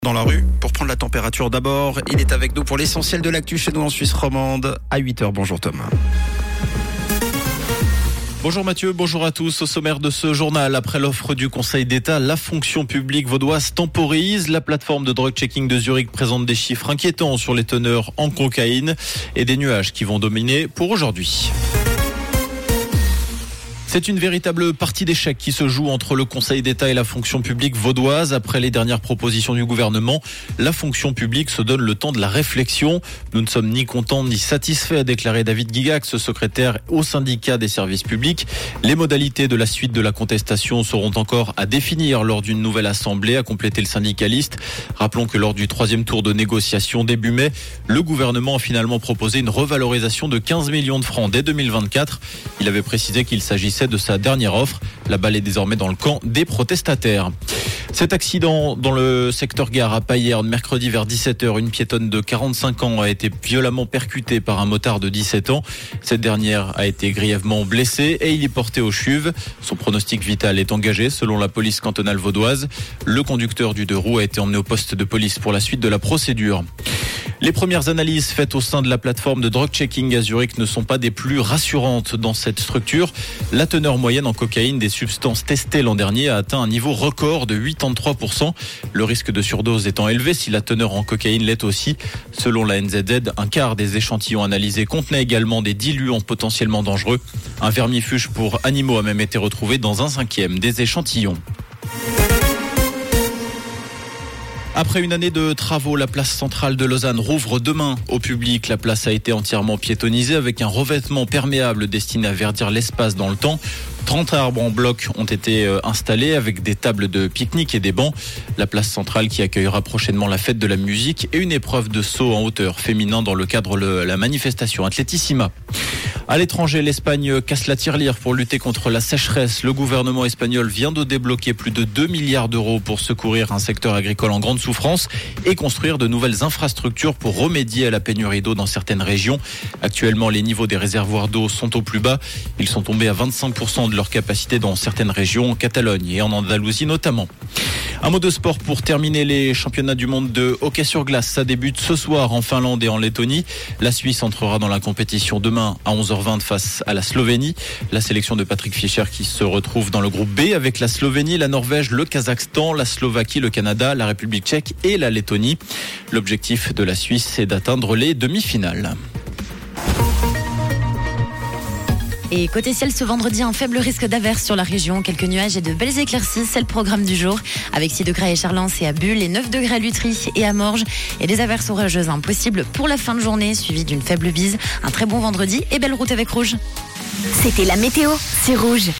Dans la rue, pour prendre la température d'abord, il est avec nous pour l'essentiel de l'actu chez nous en Suisse romande, à 8h. Bonjour Thomas. Bonjour Mathieu, bonjour à tous. Au sommaire de ce journal, après l'offre du Conseil d'État, la fonction publique vaudoise temporise. La plateforme de drug checking de Zurich présente des chiffres inquiétants sur les teneurs en cocaïne et des nuages qui vont dominer pour aujourd'hui. C'est une véritable partie d'échecs qui se joue entre le Conseil d'État et la fonction publique vaudoise. Après les dernières propositions du gouvernement, la fonction publique se donne le temps de la réflexion. Nous ne sommes ni contents ni satisfaits, a déclaré David Gigax, secrétaire au syndicat des services publics. Les modalités de la suite de la contestation seront encore à définir lors d'une nouvelle assemblée, a complété le syndicaliste. Rappelons que lors du 3e tour de négociation début mai, le gouvernement a finalement proposé une revalorisation de 15 millions de francs dès 2024. Il avait précisé qu'il s'agissait de sa dernière offre. La balle est désormais dans le camp des protestataires. Cet accident dans le secteur gare à Payerne, mercredi vers 17h, une piétonne de 45 ans a été violemment percutée par un motard de 17 ans. Cette dernière a été grièvement blessée et il est porté au CHUV. Son pronostic vital est engagé selon la police cantonale vaudoise. Le conducteur du 2 roues a été emmené au poste de police pour la suite de la procédure. Les premières analyses faites au sein de la plateforme de drug checking à Zurich ne sont pas des plus rassurantes dans cette structure. La teneur moyenne en cocaïne des substances testées l'an dernier a atteint un niveau record de 83%. Le risque de surdose étant élevé si la teneur en cocaïne l'est aussi. Selon la NZZ, un quart des échantillons analysés contenaient également des diluants potentiellement dangereux. Un vermifuge pour animaux a même été retrouvé dans un 5e des échantillons. Après une année de travaux, la place centrale de Lausanne rouvre demain au public. La place a été entièrement piétonnisée avec un revêtement perméable destiné à verdir l'espace dans le temps. 30 arbres en bloc ont été installés avec des tables de pique-nique et des bancs. La place centrale qui accueillera prochainement la fête de la musique et une épreuve de saut en hauteur féminin dans le cadre de la manifestation Athletissima. À l'étranger, l'Espagne casse la tirelire pour lutter contre la sécheresse. Le gouvernement espagnol vient de débloquer plus de 2 milliards d'euros pour secourir un secteur agricole en grande souffrance et construire de nouvelles infrastructures pour remédier à la pénurie d'eau dans certaines régions. Actuellement, les niveaux des réservoirs d'eau sont au plus bas. Ils sont tombés à 25% de leur capacité dans certaines régions, en Catalogne et en Andalousie notamment. Un mot de sport pour terminer les championnats du monde de hockey sur glace. Ça débute ce soir en Finlande et en Lettonie. La Suisse entrera dans la compétition demain à 11h20 face à la Slovénie. La sélection de Patrick Fischer qui se retrouve dans le groupe B avec la Slovénie, la Norvège, le Kazakhstan, la Slovaquie, le Canada, la République tchèque et la Lettonie. L'objectif de la Suisse est d'atteindre les demi-finales. Et côté ciel, ce vendredi, un faible risque d'averse sur la région. Quelques nuages et de belles éclaircies, c'est le programme du jour. Avec 6 degrés à Écharlens et à Bulle et 9 degrés à Lutry et à Morges. Et des averses orageuses impossibles pour la fin de journée, suivies d'une faible bise. Un très bon vendredi et belle route avec Rouge. C'était la météo, c'est Rouge.